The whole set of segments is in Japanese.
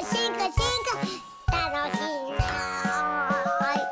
進化楽しいな。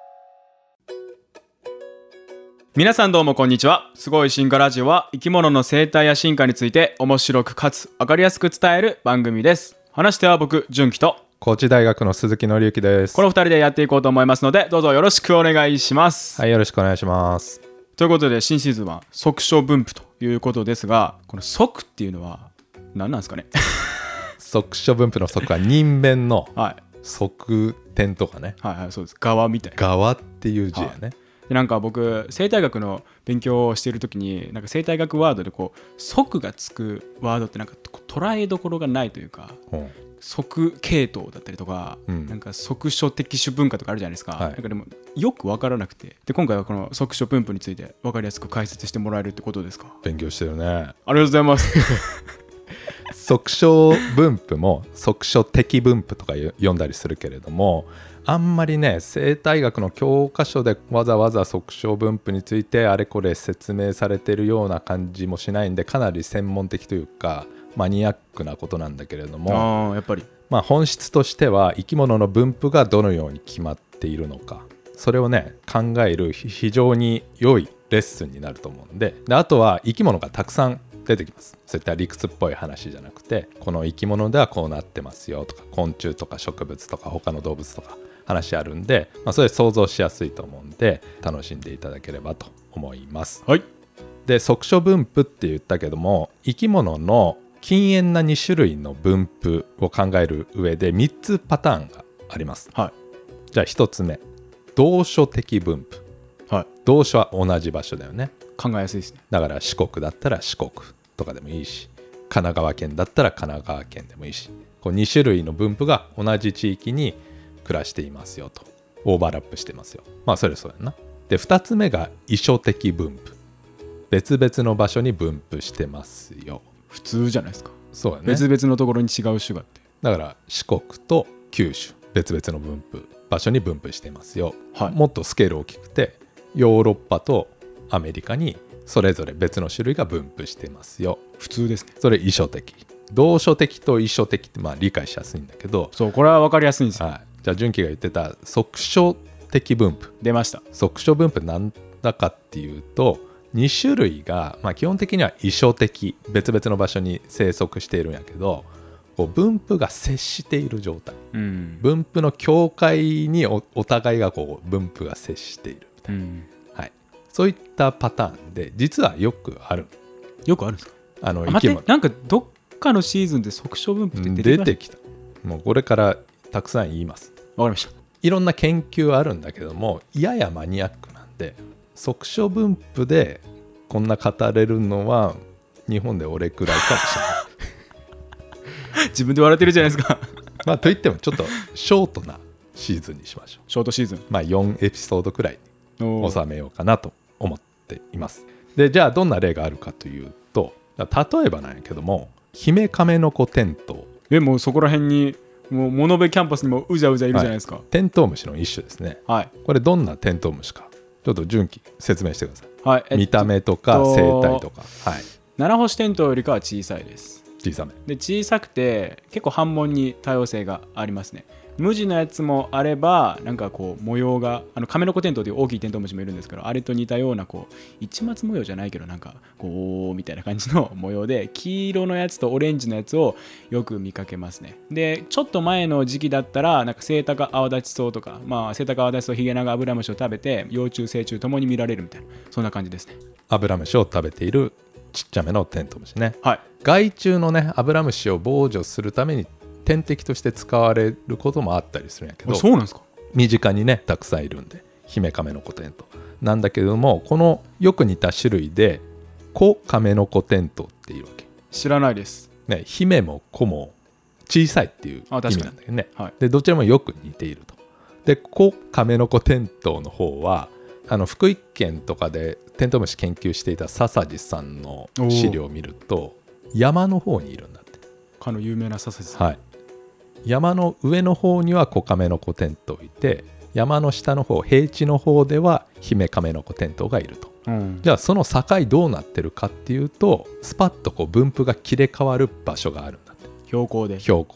皆さんどうもこんにちは。すごい進化ラジオは生き物の生態や進化について面白くかつ分かりやすく伝える番組です。話しては僕純喜と高知大学の鈴木紀之です。 この2人でやっていこうと思いますので、どうぞよろしくお願いします。 はい、よろしくお願いします。 ということで新シーズンは側所分布ということですが、この側っていうのは何なんですかね。 側所分布の側は人弁のはい側点とかね、 はいはい、そうです。側みたいな。 側っていう字やね、 でなんか僕生態学の勉強をしているときになんか生態学ワードでこう側がつくワードってなんか捉えどころがないというか、側系統だったりとか、なんか側所的種文化とかあるじゃないですか、なんかでもよく分からなくて、で今回はこの側所分布について分かりやすく解説してもらえるってことですか。 勉強してるね。ありがとうございます。 側所分布も側所的分布とか呼んだりするけれども、あんまりね生態学の教科書でわざわざ側所分布についてあれこれ説明されてるような感じもしないんで、かなり専門的というかマニアックなことなんだけれども、 やっぱり本質としては生き物の分布がどのように決まっているのか、それをね考える非常に良いレッスンになると思うんで、あとは生き物がたくさん出てきます。そういった理屈っぽい話じゃなくて、この生き物ではこうなってますよとか、昆虫とか植物とか他の動物とか話あるんで、それ想像しやすいと思うんで楽しんでいただければと思います。 はい。 で側所分布って言ったけども、生き物の近縁な2種類の分布を考える上で3つパターンがあります。 はい。 じゃあ1つ目、同所的分布。 はい。 同所は同じ場所だよね。 考えやすいですね。 だから四国だったら四国とかでもいいし、神奈川県だったら神奈川県でもいいし、こう2種類の分布が同じ地域に暮らしていますよと、オーバーラップしてますよ。それそうやな。で2つ目が異所的分布。別々の場所に分布してますよ。 普通じゃないですか。 そうやね。 別々のところに違う種があって、 だから四国と九州別々の分布場所に分布してますよ、もっとスケール大きくてヨーロッパとアメリカにそれぞれ別の種類が分布してますよ。 普通ですね。 それ異所的。同所的と異所的って理解しやすいんだけど、 そう、これは分かりやすいんですよ。 じゃあ純喜が言ってた側所的分布出ました。側所分布なんだかっていうと、2種類が、基本的には異所的、別々の場所に生息しているんやけど、こう分布が接している状態、分布の境界に お互いがこう分布が接しているみたいな、そういったパターンで実はよくあるんですか。生き物なんかどっかのシーズンで側所分布って出てきた。もうこれからたくさん言います。 わかりました。 いろんな研究あるんだけども、ややマニアックなんで、側所分布でこんな語れるのは日本で俺くらいかもしれない。 自分で笑ってるじゃないですか。 といってもちょっとショートなシーズンにしましょう。 ショートシーズン、 4エピソードくらいに収めようかなと思っています。でじゃあどんな例があるかというと、例えばなんやけども、ヒメカメノコテントウ。 もうそこら辺にもう物部キャンパスにもうじゃうじゃいるじゃないですか。 テントウムシの一種ですね。これどんなテントウムシかちょっと純喜説明してください。見た目とか生態とか。 七星テントウよりかは小さいです。 小さめで小さくて結構繁紋に多様性がありますね。無地のやつもあれば、なんかこう模様がカメノコテントウという大きいテントウムシもいるんですけど、あれと似たようなこう市松模様じゃないけど、なんかこうみたいな感じの模様で、黄色のやつとオレンジのやつをよく見かけますね。でちょっと前の時期だったら、なんかセイタカアワダチソウとか、セイタカアワダチソウヒゲナガアブラムシを食べて幼虫成虫ともに見られるみたいな、そんな感じですね。 アブラムシを食べているちっちゃめのテントウムシね。害虫のねアブラムシを防除するために天敵として使われることもあったりするんやけど、 そうなんですか。 身近にねたくさんいるんで、ヒメカメノコテントウなんだけども、このよく似た種類でコカメノコテントウっていうわけ。 知らないです、 姫も子も小さいっていう意味なんだけどね。でどちらもよく似ていると。でコカメノコテントウの方は福井県とかでテントウムシ研究していた笹地さんの資料を見ると、山の方にいるんだって。 かの有名な笹地さん。 山の上の方にはコカメノコテントウいて、山の下の方、平地の方ではヒメカメノコテントウがいると。じゃあその境どうなってるかっていうと、スパッとこう分布が切れ替わる場所があるんだって。 標高で。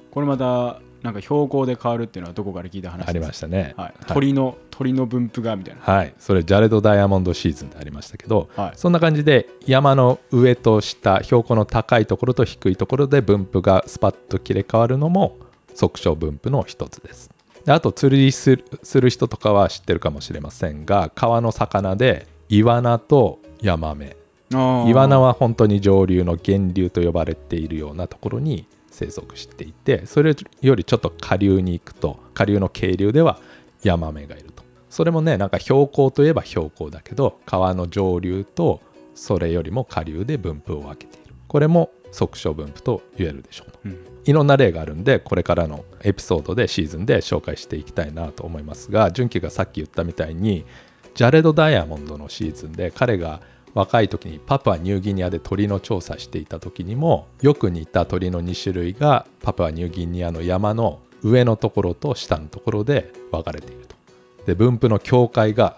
これまたなんか標高で変わるっていうのはどこから聞いた話ですか？ ありましたね、 はい、鳥の分布がみたいな。 はい、それジャレド・ダイヤモンドシーズンでありましたけど、 はい、 そんな感じで山の上と下、標高の高いところと低いところで分布がスパッと切れ替わるのも測象分布の一つです。であと釣りする人とかは知ってるかもしれませんが、川の魚でイワナとヤマメ、イワナは本当に上流の源流と呼ばれているようなところに生息していて、それよりちょっと下流に行くと、下流の渓流ではヤマメがいると。それもね、なんか標高といえば標高だけど、川の上流とそれよりも下流で分布を分けている。これも測象分布と言えるでしょうと、いろんな例があるんで、これからのエピソードでシーズンで紹介していきたいなと思いますが、純喜がさっき言ったみたいにジャレド・ダイヤモンドのシーズンで彼が若い時にパプアニューギニアで鳥の調査していた時にも、よく似た鳥の2種類がパプアニューギニアの山の上のところと下のところで分かれていると。で分布の境界が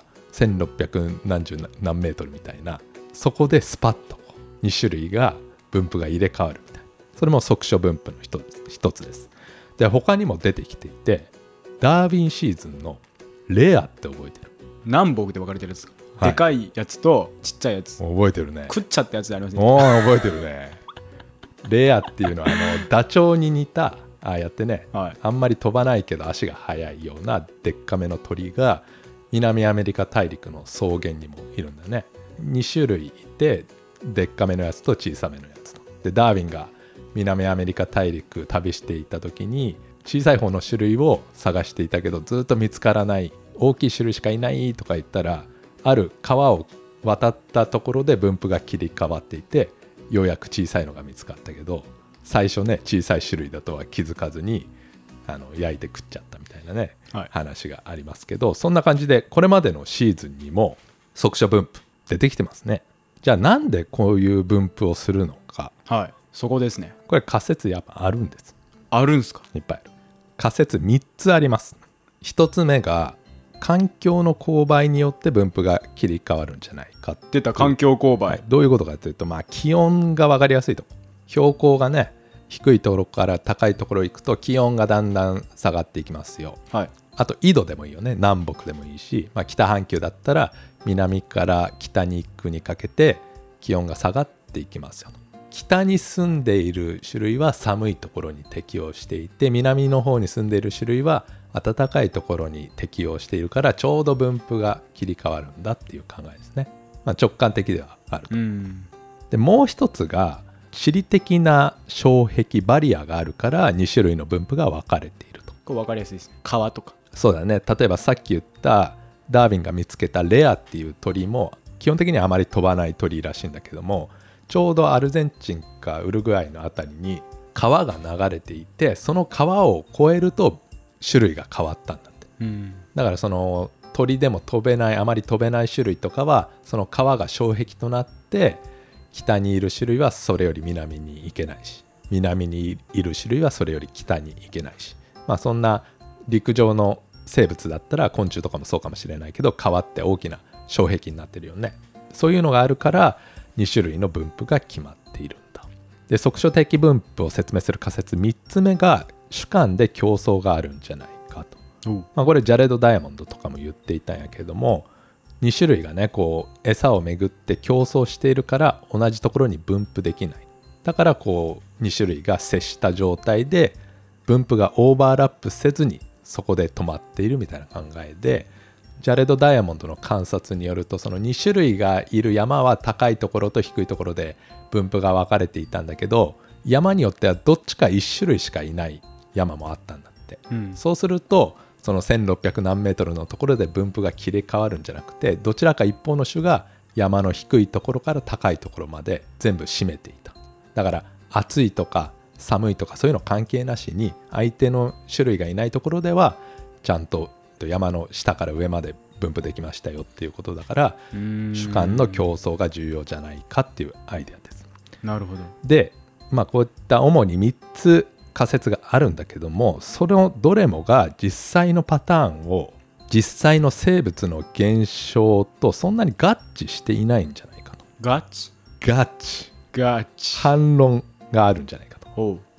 1600何十何メートルみたいな、そこでスパッと2種類が分布が入れ替わるみたいな、それも測象分布の一つです。で他にも出てきていて、ダーウィンシーズンのレアって覚えてる？ 南北で分かれてるんですか？ はい、 でかいやつとちっちゃいやつ。 覚えてるね。 食っちゃったやつでありますね。 覚えてるね。レアっていうのはダチョウに似たやってね、はい、あんまり飛ばないけど足が速いようなでっかめの鳥が南アメリカ大陸の草原にもいるんだね。2種類いて、でっかめのやつと小さめのやつと。でダーウィンが南アメリカ大陸旅していた時に小さい方の種類を探していたけどずっと見つからない、大きい種類しかいないとか言ったら、ある川を渡ったところで分布が切り替わっていて、ようやく小さいのが見つかったけど、最初ね小さい種類だとは気づかずに焼いて食っちゃったみたいなね、はい、話がありますけど、そんな感じでこれまでのシーズンにも測象分布出てきてますね。じゃあなんでこういう分布をするのか、 はい、そこですね。 これ仮説やっぱあるんです。 あるんすか？ いっぱいある。仮説3つあります。1つ目が環境の勾配によって分布が切り替わるんじゃないか。 出た、環境勾配、はい、 どういうことかというと、気温が分かりやすいと。標高がね低いところから高いところ行くと気温がだんだん下がっていきますよ、はい、あと緯度でもいいよね。南北でもいいし、北半球だったら南から北に行くにかけて気温が下がっていきますよと。北に住んでいる種類は寒いところに適応していて、南の方に住んでいる種類は暖かいところに適応しているから、ちょうど分布が切り替わるんだっていう考えですね。直感的ではあると。でもう一つが地理的な障壁バリアがあるから2種類の分布が分かれていると。 これ分かりやすいですね。川とか。 そうだね。例えばさっき言ったダーウィンが見つけたレアっていう鳥も基本的にはあまり飛ばない鳥らしいんだけども、ちょうどアルゼンチンかウルグアイのあたりに川が流れていて、その川を越えると種類が変わったんだって、だからその鳥でも飛べない、あまり飛べない種類とかはその川が障壁となって、北にいる種類はそれより南に行けないし、南にいる種類はそれより北に行けないし、そんな陸上の生物だったら昆虫とかもそうかもしれないけど、川って大きな障壁になってるよね。そういうのがあるから2種類の分布が決まっているんだ。で測象的分布を説明する仮説3つ目が種間で競争があるんじゃないかと。これジャレド・ダイヤモンドとかも言っていたんやけども、2種類がねこう餌をめぐって競争しているから同じところに分布できない。だからこう2種類が接した状態で分布がオーバーラップせずにそこで止まっているみたいな考えで、ジャレド・ダイヤモンドの観察によると、その2種類がいる山は高いところと低いところで分布が分かれていたんだけど、山によってはどっちか1種類しかいない山もあったんだって、そうするとその1600何メートルのところで分布が切り替わるんじゃなくて、どちらか一方の種が山の低いところから高いところまで全部占めていた。だから暑いとか寒いとかそういうの関係なしに、相手の種類がいないところではちゃんと山の下から上まで分布できましたよっていうことだから、種間の競争が重要じゃないかっていうアイデアです。 なるほど。 で、こういった主に3つ仮説があるんだけども、そのどれもが実際のパターンを実際の生物の現象とそんなに合致していないんじゃないかと。 合致反論があるんじゃないかと。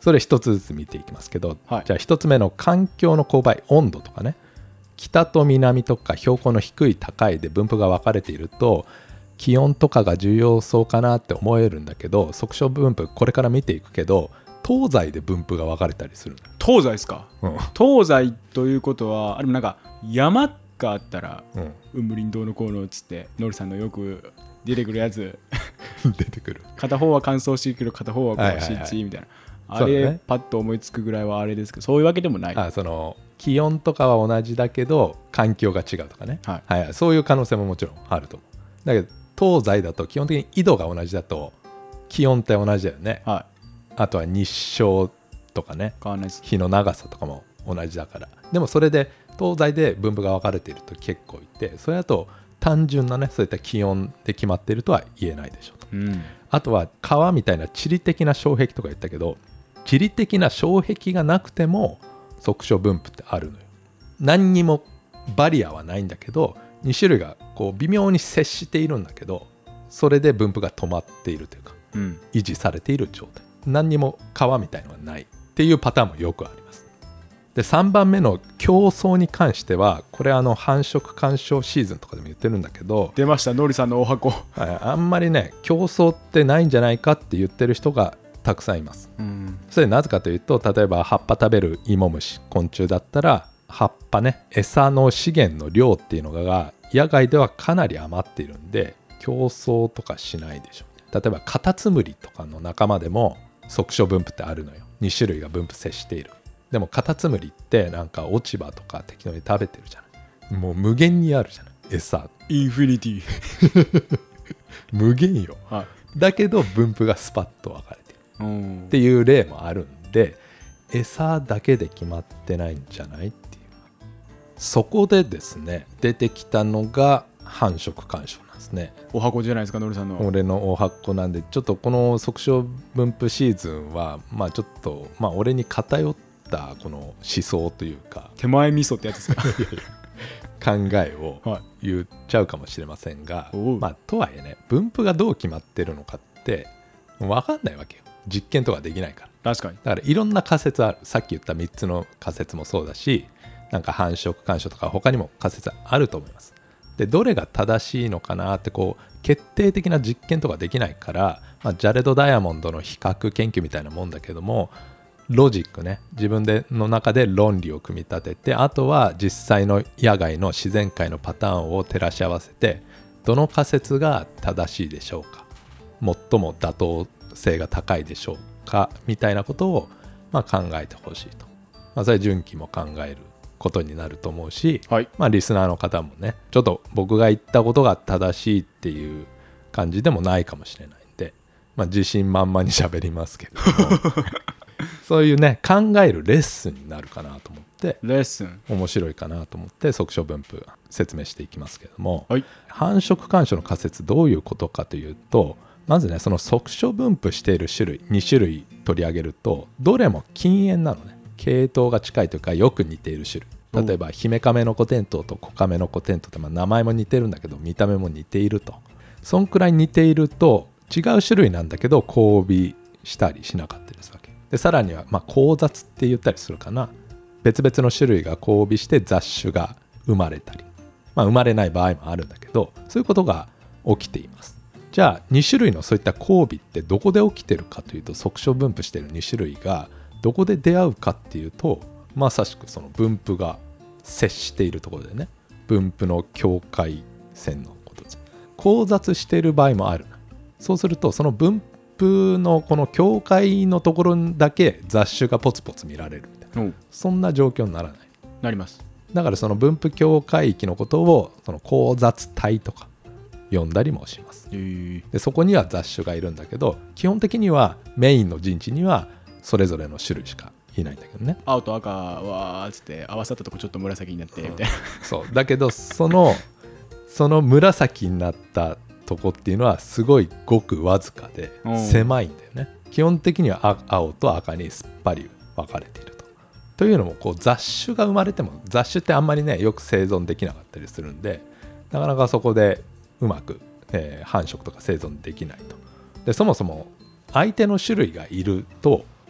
それ一つずつ見ていきますけど、 はいじゃあ一つ目の環境の勾配、温度とかね、北と南とか標高の低い高いで分布が分かれていると気温とかが重要そうかなって思えるんだけど、測象分布これから見ていくけど東西で分布が分かれたりする東西ですか。 の、 東西ということはあれもなんか山があったらうん雲霧林道のこうのっつってノリさんのよく出てくるやつ出てくる。 片方は乾燥してるけど片方はこはいうはいはい湿地みたいな、あそうだれ、 ねパッと思いつくぐらいはあれですけど、そういうわけでもない。 あ、その気温とかは同じだけど環境が違うとかね、 はいそういう可能性ももちろんあると思う。だけど東西だと基本的に緯度が同じだと気温って同じだよね。 はあとは日照とかね、 変わんないです。 日の長さとかも同じだから。でもそれで東西で分布が分かれていると結構いて、それだと単純なねそういった気温で決まっているとは言えないでしょうと。 うんあとは川みたいな地理的な障壁とか言ったけど、地理的な障壁がなくても測象分布ってあるのよ。何にもバリアはないんだけど2種類がこう微妙に接しているんだけど、それで分布が止まっているというかうん維持されている状態。何にも川みたいのはないっていうパターンもよくあります。で3番目の競争に関しては、これ繁殖干渉シーズンとかでも言ってるんだけど、 出ましたノリさんのお箱。 あんまりね競争ってないんじゃないかって言ってる人がたくさんいます。 うんそれなぜかというと、例えば葉っぱ食べるイモムシ、昆虫だったら葉っぱね、餌の資源の量っていうのが野外ではかなり余っているんで競争とかしないでしょう。例えばカタツムリとかの仲間でも測象分布ってあるのよ。2種類が分布接している。でもカタツムリってなんか落ち葉とか適当に食べてるじゃない。もう無限にあるじゃない餌。 インフィニティ。 無限よ。 はいだけど分布がスパッと分かれてるうんっていう例もあるんで、餌だけで決まってないんじゃないっていう。そこでですね出てきたのが繁殖干渉なんですね。 お箱じゃないですかノリさんの。 俺のお箱なんで、ちょっとこの測象分布シーズンはちょっと俺に偏ったこの思想というか手前味噌ってやつですか。 考えをはい言っちゃうかもしれませんが、 おうとはいえね分布がどう決まってるのかって分かんないわけよ。実験とかできないから。 確かに。 だからいろんな仮説ある。さっき言った3つの仮説もそうだし、なんか繁殖干渉とか他にも仮説あると思います。でどれが正しいのかなってこう決定的な実験とかできないから、ジャレド・ダイヤモンドの比較研究みたいなもんだけども、ロジックね、自分の中で論理を組み立てて、あとは実際の野外の自然界のパターンを照らし合わせて、どの仮説が正しいでしょうか、最も妥当性が高いでしょうかみたいなことを考えてほしいと。それ純喜も考えることになると思うし、 はい。 リスナーの方もね、ちょっと僕が言ったことが正しいっていう感じでもないかもしれないんで、自信満々に喋りますけれどもそういうね考えるレッスンになるかなと思って、 レッスン。 面白いかなと思って測象分布説明していきますけれども、 はい。 繁殖干渉の仮説どういうことかというと、まずねその測象分布している種類2種類取り上げると、どれも近縁なのね。系統が近いというかよく似ている種類。例えばヒメカメノコテントウとコカメノコテントウって名前も似てるんだけど見た目も似ていると。そんくらい似ていると違う種類なんだけど交尾したりしなかったりするわけで、さらには交雑って言ったりするかな。別々の種類が交尾して雑種が生まれたり、生まれない場合もあるんだけど、そういうことが起きています。じゃあ2種類のそういった交尾ってどこで起きてるかというと、測象分布している2種類がどこで出会うかっていうと、まさしくその分布が接しているところでね、分布の境界線のことです。交雑している場合もある。そうするとその分布のこの境界のところだけ雑種がポツポツ見られるみたいな、そんな状況にならない。 なります。 だからその分布境界域のことをその交雑帯とか呼んだりもします。でそこには雑種がいるんだけど、基本的にはメインの陣地にはそれぞれの種類しかいないんだけどね。 青と赤はつって合わさったとこちょっと紫になってみたいな、 そうだけどその紫になったとこっていうのはすごいごくわずかで狭いんだよね。基本的には青と赤にすっぱり分かれていると。というのも雑種が生まれても、雑種ってあんまりねよく生存できなかったりするんで、なかなかそこでうまく、繁殖とか生存できないと。でそもそも相手の種類がいると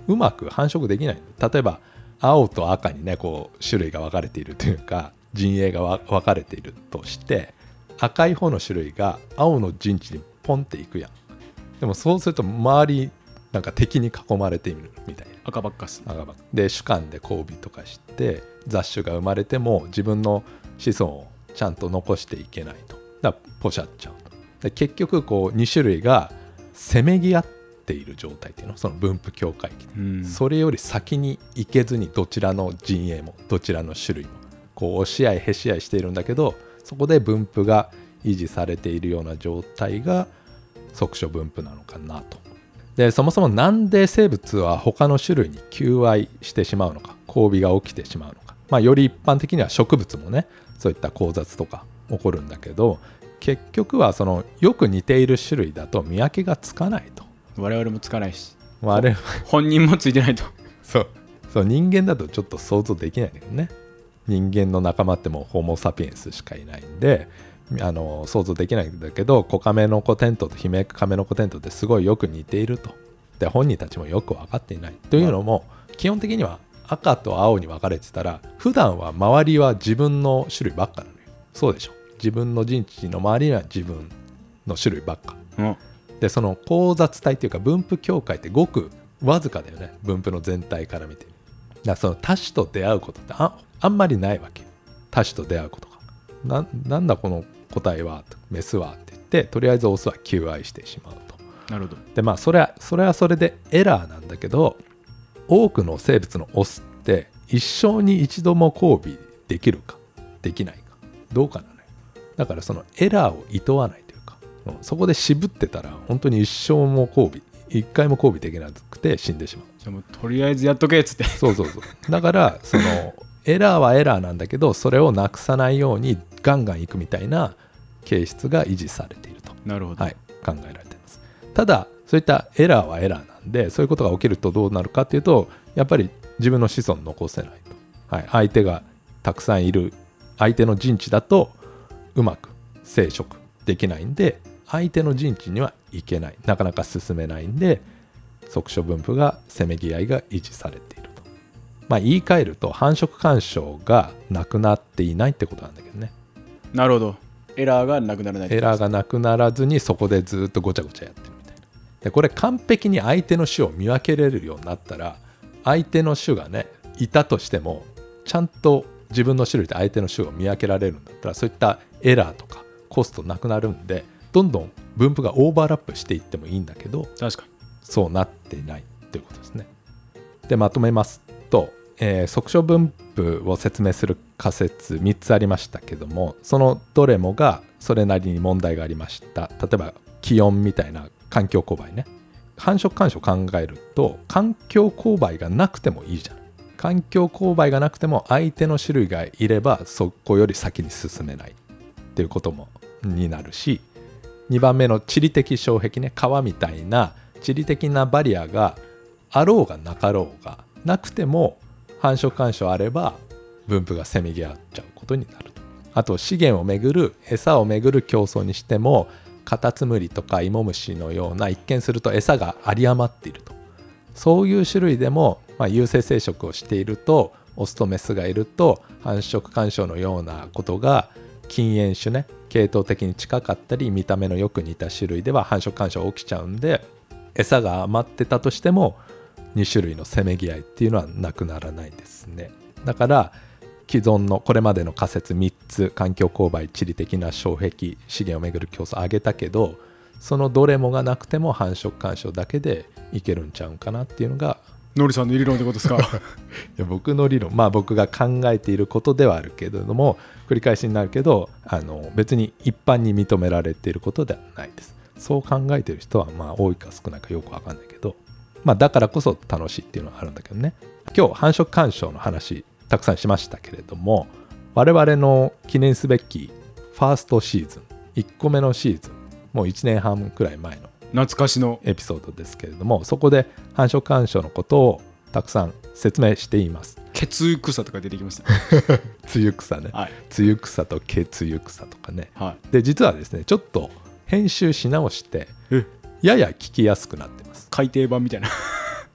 うまく繁殖できない。例えば青と赤にねこう種類が分かれているというか陣営が分かれているとして、赤い方の種類が青の陣地にポンっていくやん。でもそうすると周りなんか敵に囲まれているみたいな。 赤ばっかっすね。 赤ばっかで主観で交尾とかして雑種が生まれても自分の子孫をちゃんと残していけないと。だからポシャっちゃうと。で結局こう2種類がせめぎ合っている状態っていうの、その分布境界期、それより先に行けずにどちらの陣営もどちらの種類もこう押し合いへし合いしているんだけど、そこで分布が維持されているような状態が即所分布なのかなと。でそもそもなんで生物は他の種類に求愛してしまうのか、交尾が起きてしまうのか、より一般的には植物もねそういった交雑とか起こるんだけど、結局はそのよく似ている種類だと見分けがつかないと。 我々もつかないし、 本人もついてないとそう人間だとちょっと想像できないんだけどね。人間の仲間ってもうホモ・サピエンスしかいないんで想像できないんだけど、コカメノコテントとヒメカメノコテントってすごいよく似ていると。で本人たちもよく分かっていないというのも、基本的には赤と青に分かれてたら普段は周りは自分の種類ばっかなのよ。そうでしょ。自分の陣地の周りには自分の種類ばっか、でその交雑帯っていうか分布境界ってごくわずかだよね、分布の全体から見て。だからその多種と出会うことってあんまりないわけ。多種と出会うことがなんだこの個体はメスはって言ってとりあえずオスは求愛してしまうと。 なるほど。 でそれはそれでエラーなんだけど、多くの生物のオスって一生に一度も交尾できるかできないかどうかなのよ。だからそのエラーを厭わないというか、そこで渋ってたら本当に一生も交尾一回も交尾できなくて死んでしまう。 じゃあもうとりあえずやっとけっつって。 そうだからそのエラーはエラーなんだけど、それをなくさないようにガンガンいくみたいな形質が維持されていると。 なるほど、 はい、考えられています。ただそういったエラーはエラーなんで、そういうことが起きるとどうなるかっていうと、やっぱり自分の子孫残せないと、相手がたくさんいる相手の陣地だとうまく生殖できないんで、相手の陣地には行けない、なかなか進めないんで、即所分布がせめぎ合いが維持されていると。言い換えると繁殖干渉がなくなっていないってことなんだけどね。 なるほど。エラーがなくならない。 エラーがなくならずにそこでずっとごちゃごちゃやってるみたいな。でこれ完璧に相手の種を見分けれるようになったら、相手の種がねいたとしてもちゃんと自分の種類で相手の種を見分けられるんだったら、そういったエラーとかコストなくなるんで、どんどん分布がオーバーラップしていってもいいんだけど、 確かにそうなっていないということですね。でまとめますと、即所分布を説明する仮説3つありましたけども、そのどれもがそれなりに問題がありました。例えば気温みたいな環境勾配ね。繁殖干渉を考えると環境勾配がなくてもいいじゃん。環境勾配がなくても相手の種類がいればそこより先に進めないっていうこともになるし、2番目の地理的障壁ね、川みたいな地理的なバリアがあろうがなかろうがなくても繁殖干渉あれば分布がせめぎ合っちゃうことになると。あと資源をめぐる餌をめぐる競争にしても、カタツムリとかイモムシのような一見すると餌が有り余っていると、そういう種類でも、有性生殖をしているとオスとメスがいると繁殖干渉のようなことが近縁種ね、系統的に近かったり見た目のよく似た種類では繁殖干渉起きちゃうんで、餌が余ってたとしても2種類のせめぎ合いっていうのはなくならないですね。だから既存のこれまでの仮説3つ、環境勾配、地理的な障壁、資源をめぐる競争を挙げたけど、そのどれもがなくても繁殖干渉だけでいけるんちゃうんかなっていうのがノリさんの理論ってことですか？ いや僕の理論、僕が考えていることではあるけれども、繰り返しになるけど別に一般に認められていることではないです。そう考えている人は多いか少ないかよく分かんないけど、だからこそ楽しいっていうのはあるんだけどね。今日繁殖干渉の話たくさんしましたけれども、我々の記念すべきファーストシーズン1個目のシーズン、もう1年半くらい前の懐かしのエピソードですけれども、そこで繁殖干渉のことをたくさん説明しています。 血雨草とか出てきました梅雨草ね、 はい、 梅雨草と血雨草とかね、 はい、 で実はですねちょっと編集し直してやや聞きやすくなってます。 改訂版みたいな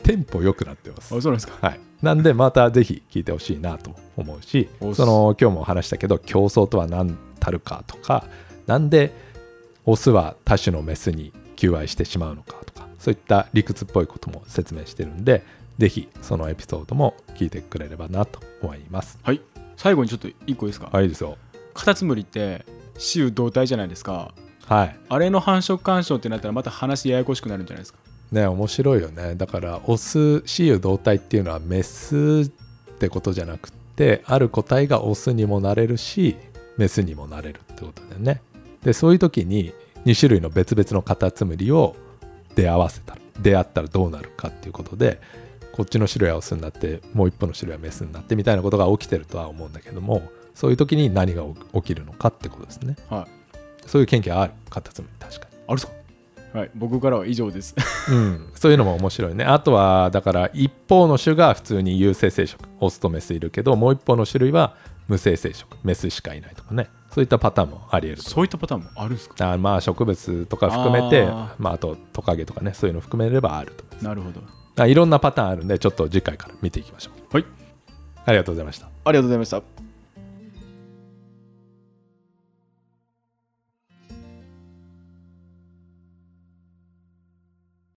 テンポ良くなってます。 あ、そうなんですか。 はい、なんでまたぜひ聞いてほしいなと思うし、 おっすその今日も話したけど競争とは何たるかとか、なんでオスは多種のメスに求愛してしまうのかとか、そういった理屈っぽいことも説明してるんで、ぜひそのエピソードも聞いてくれればなと思います。 はい、最後にちょっと一個いいですか。 はい、いいですよ。 カタツムリって雌雄同体じゃないですか。 はいあれの繁殖干渉ってなったらまた話ややこしくなるんじゃないですか。 ね、面白いよね。だからオス雌雄同体っていうのはメスってことじゃなくて、ある個体がオスにもなれるしメスにもなれるってことだよね。でそういう時に2種類の別々のカタツムリを出会ったらどうなるかっていうことで、こっちの種類はオスになってもう一方の種類はメスになってみたいなことが起きてるとは思うんだけども、そういう時に何が起きるのかってことですね。 はい、 そういう研究はある。カタツムリ確かにあるっすか。はい、僕からは以上です。 そういうのも面白いね。あとはだから一方の種が普通に有性生殖、オスとメスいるけど、もう一方の種類は無性生殖、メスしかいないとかね、そういったパターンもあり得ると。 そういったパターンもあるんですか。 まあ植物とか含めて、 ああとトカゲとかね、そういうの含めればあると思います。 なるほど。 いろんなパターンあるんで、ちょっと次回から見ていきましょう。 はい、 ありがとうございました。 ありがとうございました。